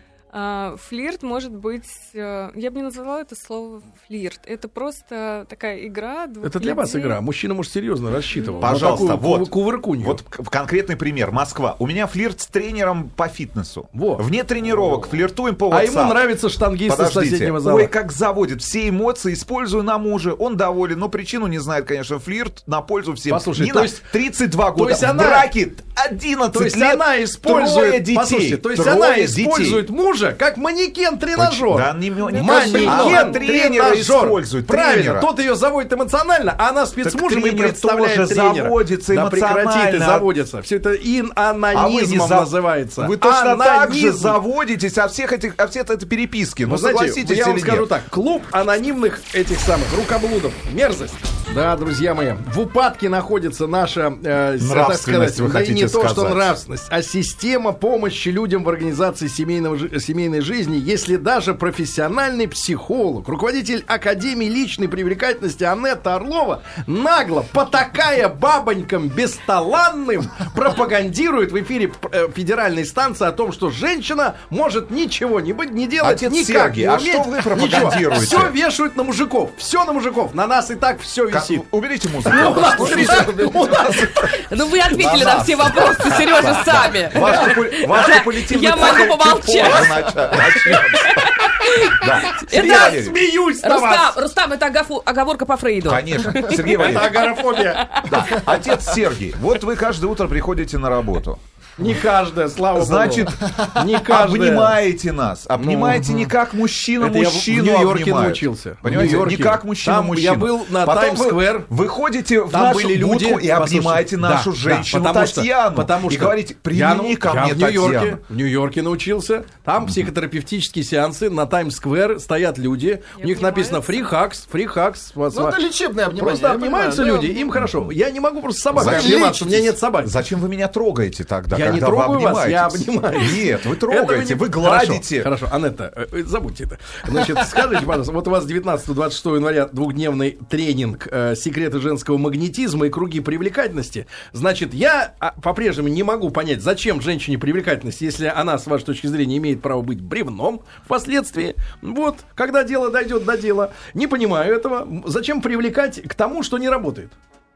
А, флирт может быть... э, Я бы не назвала это слово флирт. Это просто такая игра двух Это для вас людей. игра. Мужчина, может, серьезно рассчитывал. Пожалуйста, на такую вот. ку- кувыркунью. Вот к- конкретный пример. Москва. У меня флирт с тренером по фитнесу. Во. Вне тренировок флиртуем по А WhatsApp. ему нравится штангист из Подождите. соседнего зала. Ой, как заводит. Все эмоции использую на муже. Он доволен, но причину не знает, конечно. Флирт на пользу всем. Послушай, Нина, то есть- тридцать два года. есть в она- браке одиннадцать То есть лет. она использует, трое детей. послушайте, то есть Трое она детей. использует мужа как манекен-тренажер. Да, не, не Манекен, тренера использует. Правильно, тренера. тот ее заводит эмоционально, а она спит с Так мужем и тренер представляет тоже тренера. заводится Да прекрати ты эмоционально. заводится. Все это А вы не ин-анонизмом за- называется. Вы точно так же Анонизм. заводитесь о всех этих, о всех этой переписке. Ну, Вы знаете, согласитесь я вам или скажу нет? так, клуб анонимных этих самых рукоблудов. Мерзость. Да, друзья мои, в упадке находится наша, э, так Нравственность, сказать, вы да и хотите не то, что сказать. нравственность, а система помощи людям в организации семейного, жи- семейной жизни, если даже профессиональный психолог, руководитель Академии личной привлекательности Анетта Орлова, нагло, потакая бабонькам бесталанным, пропагандирует в эфире э, федеральной станции о том, что женщина может ничего не быть, не делать, Отец никак Сергий, не а уметь, что вы пропагандируете? Все вешают на мужиков, все на мужиков, на нас и так все Как- висит. Уберите музыку. У нас, у нас. Ну вы ответили На на нас. все вопросы, Сережа, сами. Ваш, копу- ваш копулятивный Я могу цикл чуть помолчать. позже нача- начнется. Да. Сергей Это- Валерьевич. Смеюсь на Рустам, вас! Рустам, это огафу- оговорка по Фрейду. Конечно. Сергей Это Валерьевич. агорафобия. Да. Отец Сергий, вот вы каждое утро приходите на работу. Не каждая, слава Значит, богу. Не каждая. обнимаете нас. Обнимаете Ну, не как мужчина Это я в- мужчину в Нью-Йорке обнимает. научился. В Понимаете, Нью-Йорке. не как мужчина Там мужчину. я был на Потом вы Таймс-сквер. выходите в Там нашу были люди, будку и послушайте, обнимаете да, нашу да, женщину потому что- Татьяну. потому и что говорите, я, примени ко я мне в Нью-Йорке, Татьяну. в Нью-Йорке научился. Там психотерапевтические сеансы на Таймс-сквер, стоят люди, у них написано free hugs, free hugs. Ну, это лечебное обнимание. Просто я обнимаются понимаю, люди, да. им хорошо. Я не могу просто с собакой Зачем? обниматься, у меня нет собаки. Зачем вы меня трогаете тогда, Я не когда вы трогаю вас, я обнимаетесь? обнимаю. Нет, вы Этого трогаете, не- вы гладите. Хорошо, хорошо. Анетта, э, э, забудьте это. Значит, скажите, пожалуйста, вот у вас девятнадцатого двадцать шестого января двухдневный тренинг э, «Секреты женского магнетизма и круги привлекательности». Значит, я а, по-прежнему не могу понять, зачем женщине привлекательность, если она, с вашей точки зрения, имеет право быть бревном впоследствии. Вот, когда дело дойдет до дела. Не понимаю этого. Зачем привлекать к тому, что не работает?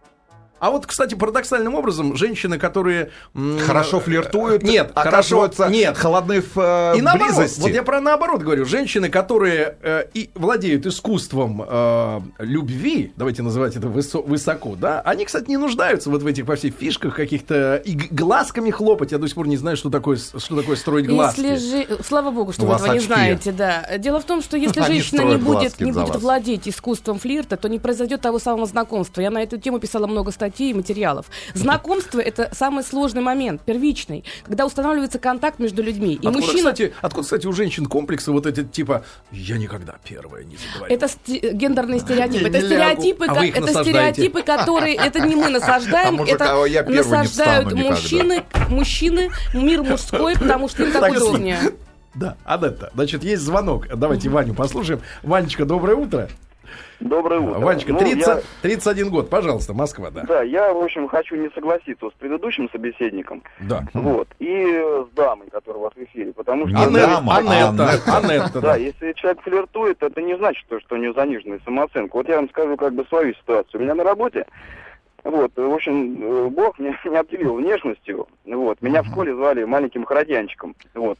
А вот, кстати, парадоксальным образом, женщины, которые... м, Хорошо флиртуют, нет, оказываются хорошо, нет. холодны в э, И наоборот, близости. вот я про наоборот говорю. Женщины, которые э, и владеют искусством э, любви, давайте называть это высо- высоко, да, они, кстати, не нуждаются вот в этих во всех фишках каких-то и г- глазками хлопать. Я до сих пор не знаю, что такое, с- что такое строить глазки. Если же... Слава богу, что У вы вас этого не очки. знаете, да. Дело в том, что если Они женщина не строят будет, глазки не за будет вас. владеть искусством флирта, то не произойдет того самого знакомства. Я на эту тему писала много статей и материалов. Знакомство — это самый сложный момент, первичный, когда устанавливается контакт между людьми. И Откуда, мужчина... кстати, откуда, кстати, у женщин комплексы вот эти типа «я никогда первая не заговорю». Это сте- гендерные стереотипы. Не, Это не стереотипы, лягу. А ка- вы их это насаждаете. стереотипы, которые это не мы А насаждаем, мужика, это я первый не насаждают встану никогда. мужчины, мужчины, мир мужской, потому что им так Так, удобнее. Да, Анетта, значит, есть звонок. Давайте Ваню послушаем. Ванечка, доброе утро. Доброе утро. Ванечка, Ну, тридцать, я- тридцать один год, пожалуйста, Москва, да. Да, я, в общем, хочу не согласиться с предыдущим собеседником. Да. Вот. И э, с дамой, которая у вас в эфире. Потому что... Не Анет- дама, а Анетта, Анетта. Анетта, Да, да. если человек флиртует, это не значит, что, что у него заниженная самооценка. Вот я вам скажу как бы свою ситуацию. У меня на работе, вот, в общем, э, Бог меня не обделил внешностью. Вот, меня в школе звали маленьким хородянчиком. Вот.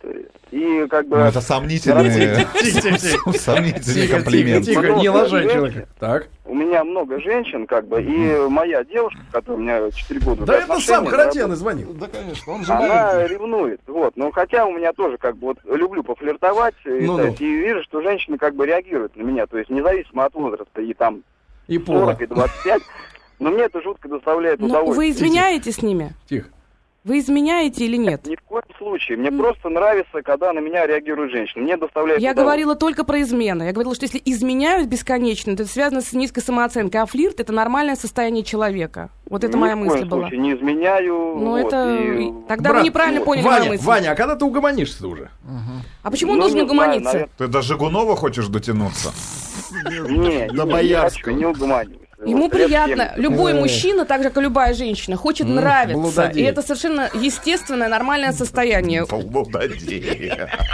И как бы... Ну, это сомнительный, сомнительный Тихо, комплимент. тихо, тихо, не Много лажай женщин. человека. Так. У меня много женщин, как бы, и моя девушка, которая у меня четыре года... Да уже это отношения, сам да, Харатьян звонил. Да, конечно, он же Она маленький. ревнует, вот. Но хотя у меня тоже как бы вот люблю пофлиртовать, и, Ну-ну. то есть, и вижу, что женщины как бы реагируют на меня, то есть независимо от возраста, и там И пола. сорок, и двадцать пять, но мне это жутко доставляет Но удовольствие. вы изменяете с ними? Тихо. Вы изменяете или нет? Ни в коем случае. Мне просто нравится, когда на меня реагирует женщина. Мне доставляет Я удовольствие. говорила только про измены. Я говорила, что если изменяют бесконечно, то это связано с низкой самооценкой. А флирт — это нормальное состояние человека. Вот это Ни моя в мысль коем была. случае не изменяю. Ну, вот, это... и- Тогда Брат, вы неправильно вот, поняли Ваня, мою мысль. Ваня, а когда ты угомонишься уже? А почему он Ну, должен не знаю, угомониться? наверное. Ты до Жигунова хочешь дотянуться? Не, не, До не, не Боярского. хочу, не угоманиваюсь. Ему Вот, приятно. совсем. Любой Ой. мужчина, так же, как и любая женщина, хочет М, нравиться. блудодей. И это совершенно естественное, нормальное состояние. Блудодей.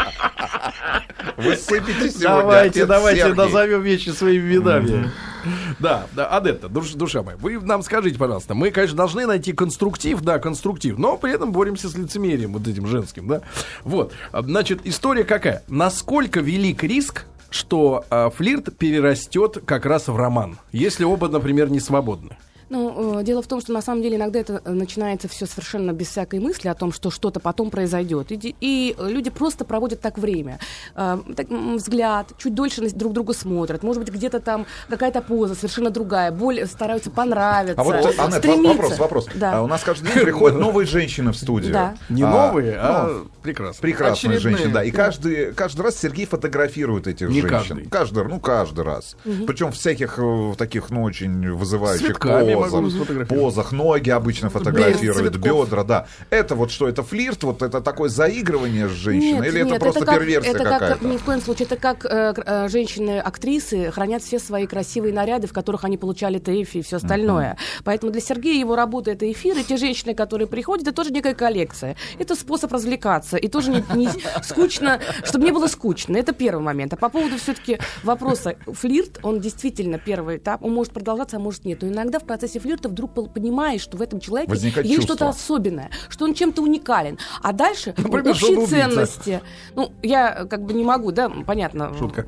Вы сыпете сегодня, Давайте, отец давайте Сергий. назовем вещи своими именами. Да, да, Анетта, душ- душа моя, вы нам скажите, пожалуйста, мы, конечно, должны найти конструктив, да, конструктив, но при этом боремся с лицемерием вот этим женским, да. Вот, значит, история какая? Насколько велик риск, что а, флирт перерастет как раз в роман, если оба, например, не свободны? Ну, э, дело в том, что на самом деле иногда это э, начинается все совершенно без всякой мысли о том, что что-то потом произойдет. И, де- и люди просто проводят так время. Э, так, м, взгляд, чуть дольше на- друг друга смотрят. Может быть, где-то там какая-то поза совершенно другая. Более стараются понравиться. А вот, Анет, во- стремиться. вопрос, вопрос. Да. А у нас каждый день приходят новые женщины в студию. Да. Не А, новые, ну, а прекрасно. прекрасные Очередные. женщины, да. И каждый, каждый раз Сергей фотографирует этих Не женщин. каждый. ну, каждый раз. Причем всяких э, таких, ну, очень вызывающих Цветками могу позах, сфотографировать. позах, ноги обычно фотографируют, цветков. бедра, да. Это вот что, это флирт, вот это такое заигрывание с женщиной, Нет, или нет, это просто как, перверсия это как, какая-то? ни в коем случае, это как э, к- э, женщины-актрисы хранят все свои красивые наряды, в которых они получали ТЭФИ и все остальное. Поэтому для Сергея его работа — это эфир, и те женщины, которые приходят, это тоже некая коллекция. Это способ развлекаться, и тоже не, не скучно, чтобы не было скучно. Это первый момент. А по поводу все-таки вопроса, флирт, он действительно первый этап, он может продолжаться, а может нет. Но иногда в процессе флирта вдруг пол- понимаешь, что в этом человеке Возникает есть чувство. что-то особенное, что он чем-то уникален. А дальше Например, что он общие убийца. ценности. Ну, я как бы не могу, да, понятно. Шутка.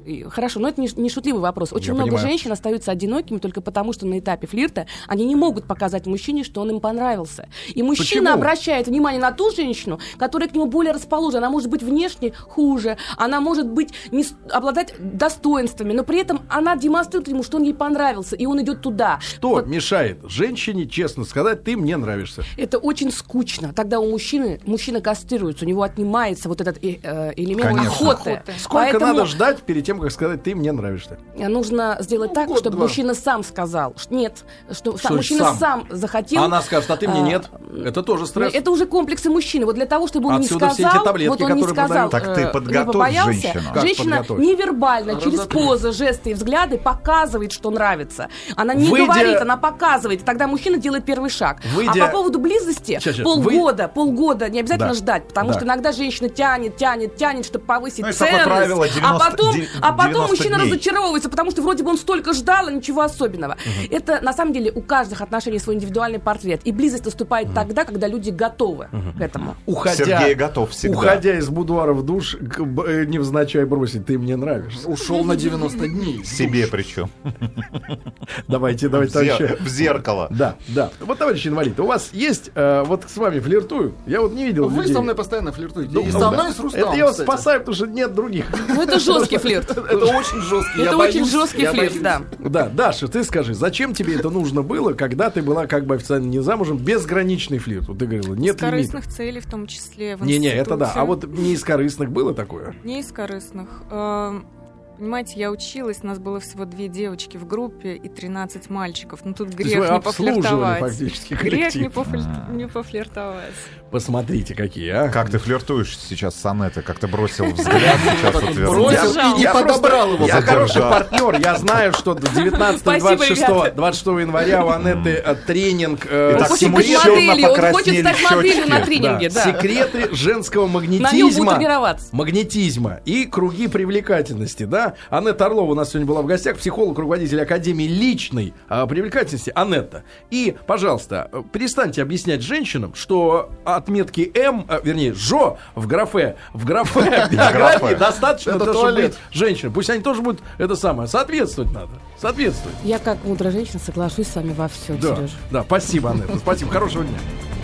И, хорошо, но это не, не шутливый вопрос. Очень Я много понимаю. женщин остаются одинокими только потому, что на этапе флирта они не могут показать мужчине, что он им понравился. И мужчина Почему? обращает внимание на ту женщину, которая к нему более расположена. Она может быть внешне хуже, она может быть не, с- обладать достоинствами, но при этом она демонстрирует ему, что он ей понравился, и он идет туда. Что Вот мешает женщине честно сказать, ты мне нравишься? это очень скучно. Тогда у мужчины, мужчина кастрируется, у него отнимается вот этот э, э, элемент Конечно. охоты. Охоты. Сколько Поэтому надо ждать перед тем, как сказать, ты мне нравишься? нужно сделать так, чтобы год-два. мужчина сам сказал. Ш- Нет, что, Что сам- мужчина сам? сам, захотел. А она скажет, а ты мне а, нет. Это тоже Ну, стресс. это уже комплексы мужчины. Вот для того, чтобы он Отсюда не все сказал, эти таблетки, вот он не которые сказал, продают. Так ты э, подготовь либо боялся, женщину. Как женщина подготовить? невербально, через Разотри. позы, жесты и взгляды показывает, что нравится. Она не Выйдя- говорит, она показывает. И тогда мужчина делает первый шаг. Выйдя- А по поводу близости, Щас, щас. полгода, полгода не обязательно Да. ждать, потому Да. что иногда женщина тянет, тянет, тянет, чтобы повысить Ну, есть такое ценность. правило а девяносто потом, де- а потом девяносто мужчина дней. разочаровывается, потому что вроде бы он столько ждал, а ничего особенного. Это на самом деле у каждых отношений свой индивидуальный портрет. И близость наступает тогда, когда люди готовы к этому. Уходя, Сергей готов всегда. Уходя из будуара в душ, к- б- э, невзначай бросить, ты мне нравишься. Ушел на девяносто дней. Себе причем. Давайте, В давайте, зер- товарищи. в зеркало. Да, да. Вот, товарищ инвалид, у вас есть, э, вот с вами флиртую? Я вот не видел Вы людей. со мной постоянно флиртуете. Ну, И да. со мной, и с Рустамом, Это я вас кстати. спасаю, потому что нет других. Ну, это жесткий флирт. Это очень жесткий. я Это очень боюсь, жесткий я флирт, боюсь. да. Да, Даша, ты скажи, зачем тебе это нужно было, когда ты была как бы официально не замужем, безграничный флирт? Вот ты говорила, нет Из корыстных лимитов. целей в том числе. В Не-не, это да. институте. А вот не из корыстных было такое? Не из корыстных. Эм, Понимаете, я училась, нас было всего две девочки в группе и тринадцать мальчиков. Ну тут То грех есть вы не обслуживали пофлиртовать. фактически Грех не, коллектив. пофлир- не пофлиртовать. Посмотрите, какие, а. Как ты флиртуешь сейчас с Анеттой? Как ты бросил взгляд сейчас Так вот отвернулся? бросил Я- и не Я подобрал его. Я Задержал. хороший партнер, я знаю, что девятнадцатого, Спасибо, двадцать шестого, ребята. двадцать шестого января у Анетты э, тренинг э, Итак, Он хочет Симулировано быть моделью, он хочет покраснели стать моделью щечки. на да, тренинге, да. секреты женского На нем будут магнетизма. тренироваться. Магнетизма и круги привлекательности, да. Анетта Орлова у нас сегодня была в гостях, психолог, руководитель Академии личной а, привлекательности. Анетта. И, пожалуйста, э, перестаньте объяснять женщинам, что отметки М, а, вернее, ЖО в графе, в графе биографии достаточно Это для того, чтобы туалет. быть женщиной. Пусть они тоже будут это самое. Соответствовать надо. Соответствовать. Я как мудрая женщина соглашусь с вами во всем, Да, Сережа. да, спасибо, Анетта. Спасибо. Хорошего дня.